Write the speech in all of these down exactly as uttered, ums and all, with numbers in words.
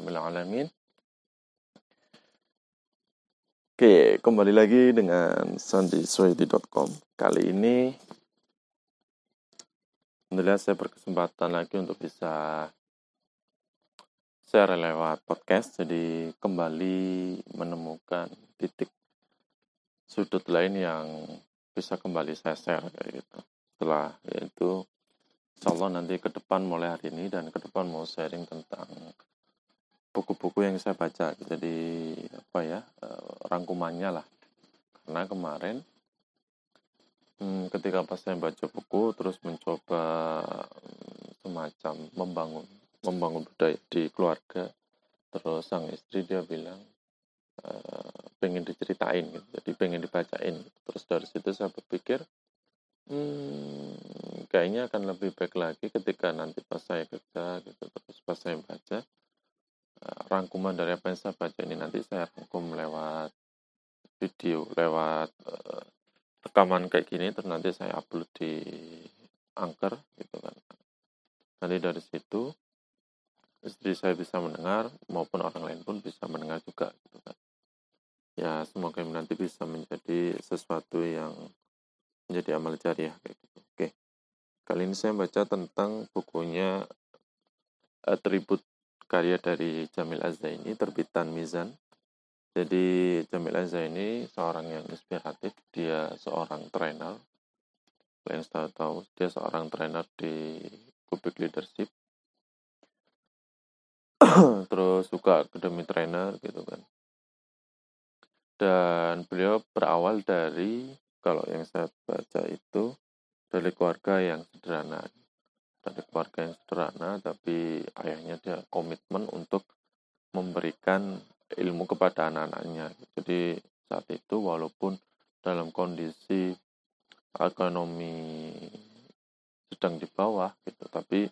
rabbil alamin. Oke, kembali lagi dengan sandi swaidi dot com. Kali ini alhamdulillah saya berkesempatan lagi untuk bisa share lewat podcast. Jadi kembali menemukan titik sudut lain yang bisa kembali saya share kayak gitu. Setelah yaitu insyaallah nanti ke depan mulai hari ini dan ke depan mau sharing tentang buku-buku yang saya baca. Jadi apa ya, rangkumannya lah. Karena kemarin hmm, ketika pas saya baca buku terus mencoba hmm, semacam membangun membangun budaya di keluarga, terus sang istri dia bilang e, pengen diceritain gitu, jadi pengen dibacain gitu. Terus dari situ saya berpikir hmm, kayaknya akan lebih baik lagi ketika nanti pas saya kerja gitu, terus pas saya baca rangkuman dari apa yang saya baca ini nanti saya rangkum lewat video, lewat uh, rekaman kayak gini, terus nanti saya upload di Anchor gitu kan. Nanti dari situ istri saya bisa mendengar maupun orang lain pun bisa mendengar juga gitu kan. Ya semoga nanti bisa menjadi sesuatu yang menjadi amal jariah kayak gitu. Oke, kali ini saya baca tentang bukunya Atribut, karya dari Jamil Az-Zaini, terbitan Mizan. Jadi Jamil Az-Zaini seorang yang inspiratif, dia seorang trainer. Yang saya tahu dia seorang trainer di Kubik Leadership. Terus juga akademi trainer gitu kan. Dan beliau berawal dari, kalau yang saya baca itu dari keluarga yang sederhana. Dari keluarga yang sederhana, tapi ayahnya dia komitmen untuk memberikan ilmu kepada anak-anaknya. Jadi saat itu walaupun dalam kondisi ekonomi sedang di bawah gitu, tapi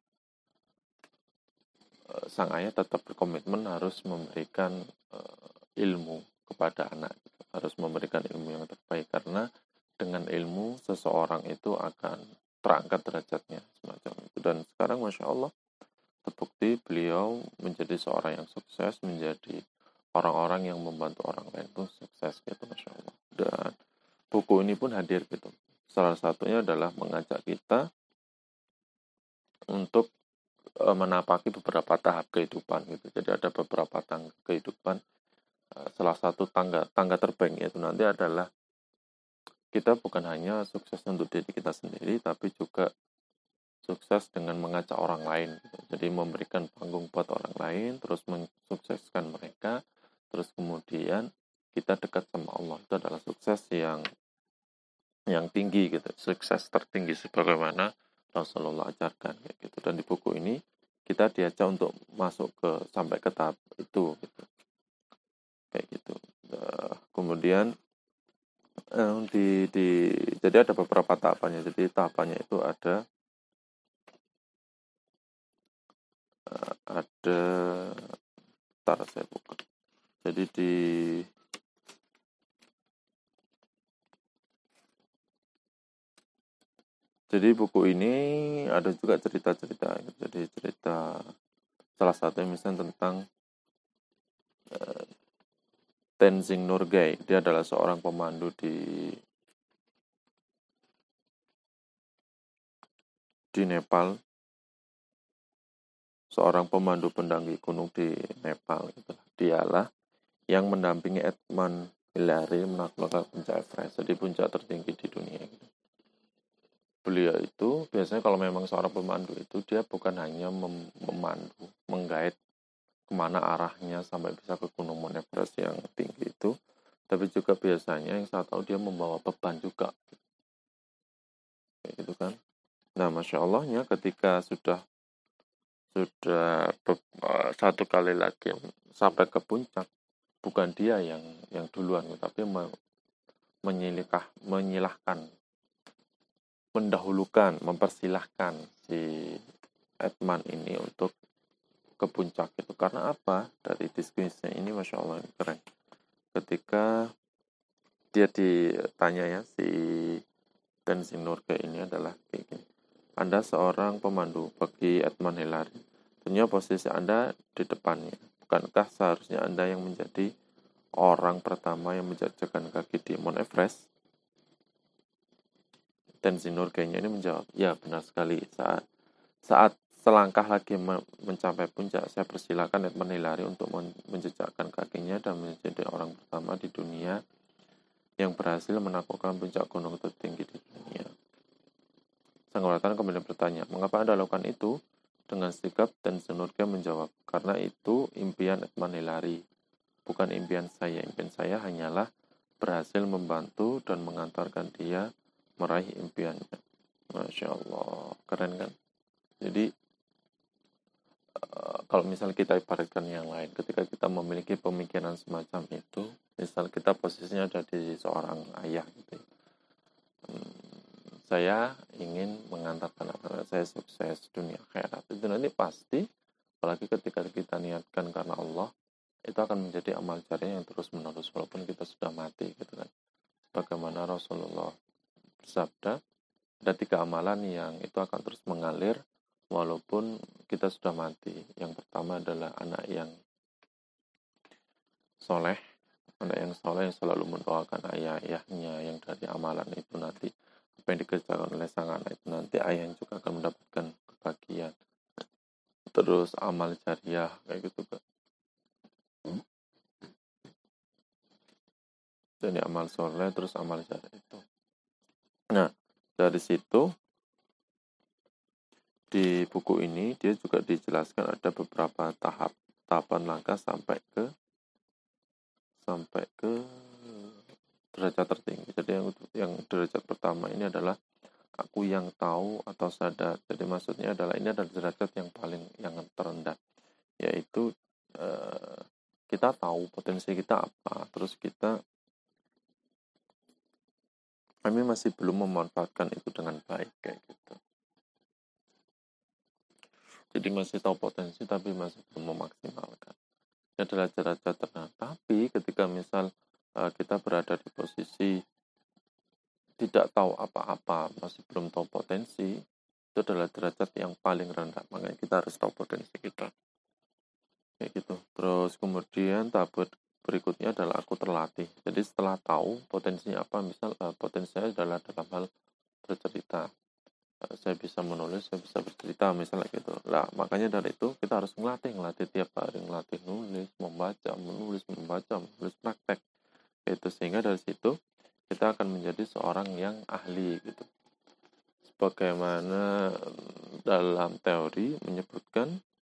uh, sang ayah tetap berkomitmen harus memberikan uh, ilmu kepada anak gitu. Harus memberikan ilmu yang terbaik, karena dengan ilmu seseorang itu akan terangkat derajatnya semacam itu. Dan sekarang Masya Allah terbukti beliau menjadi seorang yang sukses, menjadi orang-orang yang membantu orang lain pun sukses gitu Masya Allah. Dan buku ini pun hadir gitu. Salah satunya adalah mengajak kita untuk e, menapaki beberapa tahap kehidupan gitu. Jadi ada beberapa tangga kehidupan. E, salah satu tangga tangga terbaiknya itu nanti adalah kita bukan hanya sukses untuk diri kita sendiri, tapi juga sukses dengan mengajak orang lain gitu. Jadi memberikan panggung buat orang lain, terus mensukseskan mereka, terus kemudian kita dekat sama Allah. Itu adalah sukses yang yang tinggi gitu, sukses tertinggi sebagaimana Rasulullah ajarkan kayak gitu. Dan di buku ini kita diajak untuk masuk ke sampai ke tahap itu gitu. Kayak gitu. Nah, kemudian eh, di di jadi ada beberapa tahapannya. Jadi tahapannya itu ada ada ntar saya buka. Jadi di jadi buku ini ada juga cerita-cerita. Jadi cerita salah satunya misalnya tentang uh, Tenzing Norgay. Dia adalah seorang pemandu di di Nepal. Seorang pemandu pendaki gunung di Nepal gitu. Dialah yang mendampingi Edmund Hillary menaklukkan puncak Everest, jadi puncak tertinggi di dunia gitu. Beliau itu biasanya kalau memang seorang pemandu itu dia bukan hanya mem- memandu, menggait kemana arahnya sampai bisa ke gunung Mount Everest yang tinggi itu, tapi juga biasanya yang saya tahu dia membawa beban juga kayak gitu kan. Nah Masya Allahnya ketika sudah sudah be- uh, satu kali lagi sampai ke puncak, bukan dia yang yang duluan, tapi me- menyilahkan, menyilahkan, mendahulukan, mempersilahkan si Edman ini untuk ke puncak itu. Karena apa? Dari diskusinya ini Masya Allah keren. Ketika dia ditanya ya, si Tenzing Norgay ini adalah kayak gini. Anda seorang pemandu bagi Edmund Hillary. Tentunya posisi Anda di depannya. bukankah seharusnya Anda yang menjadi orang pertama yang menjajakan kaki di Mount Everest? Tenzin Norgay-nya ini menjawab, ya benar sekali. Saat saat selangkah lagi mencapai puncak, saya persilakan Edmund Hillary untuk menjejakkan kakinya dan menjadi orang pertama di dunia yang berhasil menaklukkan puncak gunung tertinggi di dunia. Sang wartawan kemudian bertanya, mengapa Anda lakukan itu? Dengan sigap Tenzin Norgay menjawab, karena itu impian Edmund Hillary, bukan impian saya. Impian saya hanyalah berhasil membantu dan mengantarkan dia meraih impiannya. Masya Allah, keren kan? Jadi uh, kalau misal kita ibaratkan yang lain, ketika kita memiliki pemikiran semacam itu, misal kita posisinya ada di seorang ayah gitu, hmm, saya ingin mengantarkan anak saya sukses dunia akhirat, itu nanti pasti, apalagi ketika kita niatkan karena Allah, itu akan menjadi amal jariah yang terus menerus walaupun kita sudah mati gitu kan. Bagaimana Rasulullah bersabda, ada tiga amalan yang itu akan terus mengalir walaupun kita sudah mati. Yang pertama adalah anak yang soleh, anak yang soleh yang selalu mendoakan ayah-ayahnya, yang dari amalan itu nanti apa yang dikerjakan oleh sang anak itu nanti ayah yang juga akan mendapatkan kebahagiaan. Terus amal jariah kayak gitu kan. Jadi amal soleh terus amal jariah itu. Nah, dari situ di buku ini dia juga dijelaskan ada beberapa tahap tahapan langkah sampai ke sampai ke derajat tertinggi. Jadi yang yang derajat pertama ini adalah aku yang tahu atau sadar. Jadi maksudnya adalah ini adalah derajat yang paling yang terendah, yaitu eh, kita tahu potensi kita apa, terus kita kami masih belum memanfaatkan itu dengan baik kayak gitu. Jadi masih tahu potensi tapi masih belum memaksimalkan. Ini adalah derajat terendah. Tapi ketika misal uh, kita berada di posisi tidak tahu apa-apa, masih belum tahu potensi, itu adalah derajat yang paling rendah. Makanya kita harus tahu potensi kita. Kayak gitu. Terus kemudian tahap berikutnya adalah aku terlatih. Jadi setelah tahu potensinya apa, misal uh, potensinya adalah dalam hal bercerita. Uh, saya bisa menulis, saya bisa bercerita misalnya gitu. Nah, makanya dari itu kita harus ngelatih, ngelatih tiap hari, ngelatih nulis, membaca, menulis, membaca, menulis praktek. Itu sehingga dari situ kita akan menjadi seorang yang ahli gitu. Sebagaimana dalam teori menyebutkan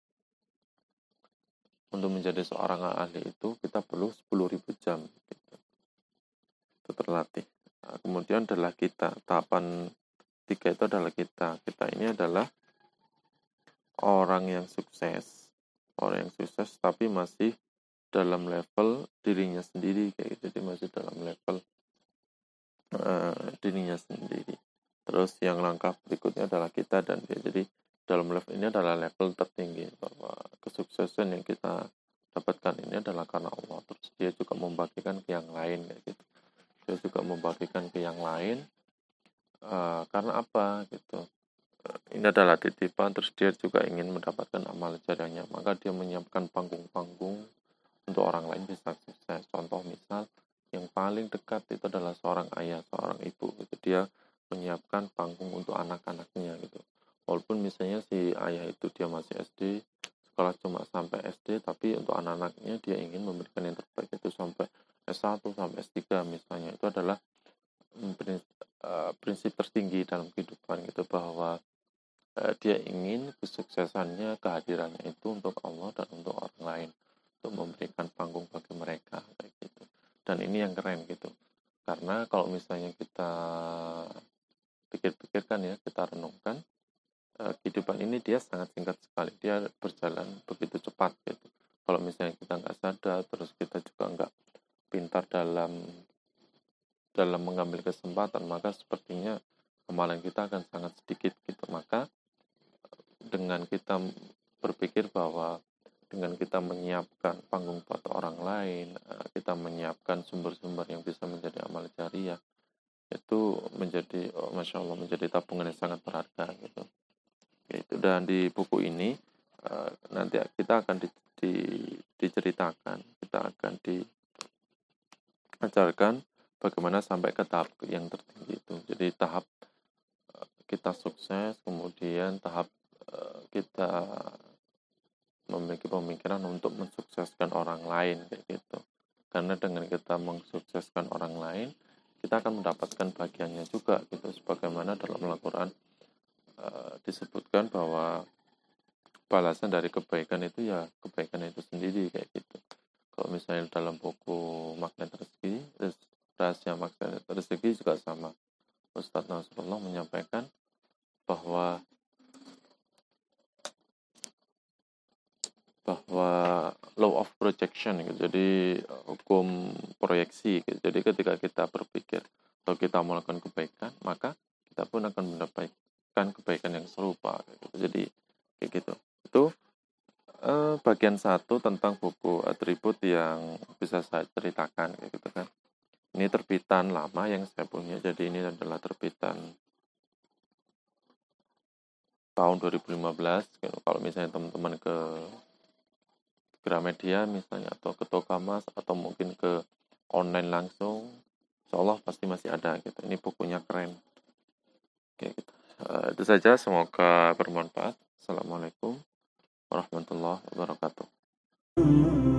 untuk menjadi seorang ahli itu kita perlu sepuluh ribu jam gitu. Itu terlatih. Nah, kemudian adalah kita, tahapan tiga itu adalah kita. Kita ini adalah orang yang sukses. Orang yang sukses tapi masih dalam level dirinya sendiri kayak gitu. Jadi masih dalam level uh, dirinya sendiri. Terus yang langkah berikutnya adalah kita dan dia. Jadi dalam level ini adalah level tertinggi bahwa kesuksesan yang kita dapatkan ini adalah karena Allah. Terus dia juga membagikan ke yang lain kayak gitu. Dia juga membagikan ke yang lain uh, karena apa gitu. Uh, ini adalah titipan. Terus dia juga ingin mendapatkan amal jariahnya. Maka dia menyiapkan panggung-panggung untuk orang lain bisa sukses. Contoh misal yang paling dekat itu adalah seorang ayah, seorang ibu. Gitu. Dia menyiapkan panggung untuk anak-anaknya gitu. Walaupun misalnya si ayah itu dia masih S D, sekolah cuma sampai S D, tapi untuk anak-anaknya dia ingin memberikan yang terbaik itu sampai S satu sampai S tiga misalnya. Itu adalah prinsip tertinggi dalam kehidupan gitu, bahwa dia ingin kesuksesannya, kehadirannya itu untuk Allah dan untuk orang lain, untuk memberikan panggung bagi mereka kayak gitu. Dan ini yang keren gitu. Karena kalau misalnya kita pikir-pikirkan ya, kita renungkan, uh, kehidupan ini dia sangat singkat sekali, dia berjalan begitu cepat gitu. Kalau misalnya kita nggak sadar, terus kita juga nggak pintar dalam dalam mengambil kesempatan, maka sepertinya amalan kita akan sangat sedikit gitu. Maka dengan kita berpikir bahwa dengan kita menyiapkan panggung buat orang lain, kita menyiapkan sumber-sumber yang bisa menjadi amal jariah, itu menjadi, oh, Masya Allah, menjadi tabungan yang sangat berharga gitu. Gitu. Dan di buku ini uh, nanti kita akan di, di, diceritakan, kita akan diajarkan bagaimana sampai ke tahap yang tertinggi itu. Jadi tahap uh, kita sukses, kemudian tahap uh, kita memiliki pemikiran untuk mensukseskan orang lain kayak gitu. Karena dengan kita mensukseskan orang lain, kita akan mendapatkan bagiannya juga gitu. Sebagaimana dalam Al-Qur'an uh, disebutkan bahwa balasan dari kebaikan itu ya kebaikan itu sendiri kayak gitu. Kalau misalnya dalam buku Magnet Rezeki, rahasia Magnet Rezeki juga sama. Ustadz Nasrullah menyampaikan bahwa bahwa law of projection gitu. Jadi hukum proyeksi gitu. Jadi ketika kita berpikir atau kita melakukan kebaikan, maka kita pun akan mendapatkan kebaikan yang serupa gitu. Jadi kayak gitu. Itu eh, bagian satu tentang buku atribut yang bisa saya ceritakan kayak gitu kan. Ini terbitan lama yang saya punya. Jadi ini adalah terbitan tahun dua ribu lima belas. Kalau misalnya teman-teman ke Gramedia misalnya atau ke Tokamas atau mungkin ke online langsung, insya Allah pasti masih ada gitu. Ini bukunya keren. Oke, gitu. Uh, itu saja, semoga bermanfaat. Assalamualaikum warahmatullahi wabarakatuh.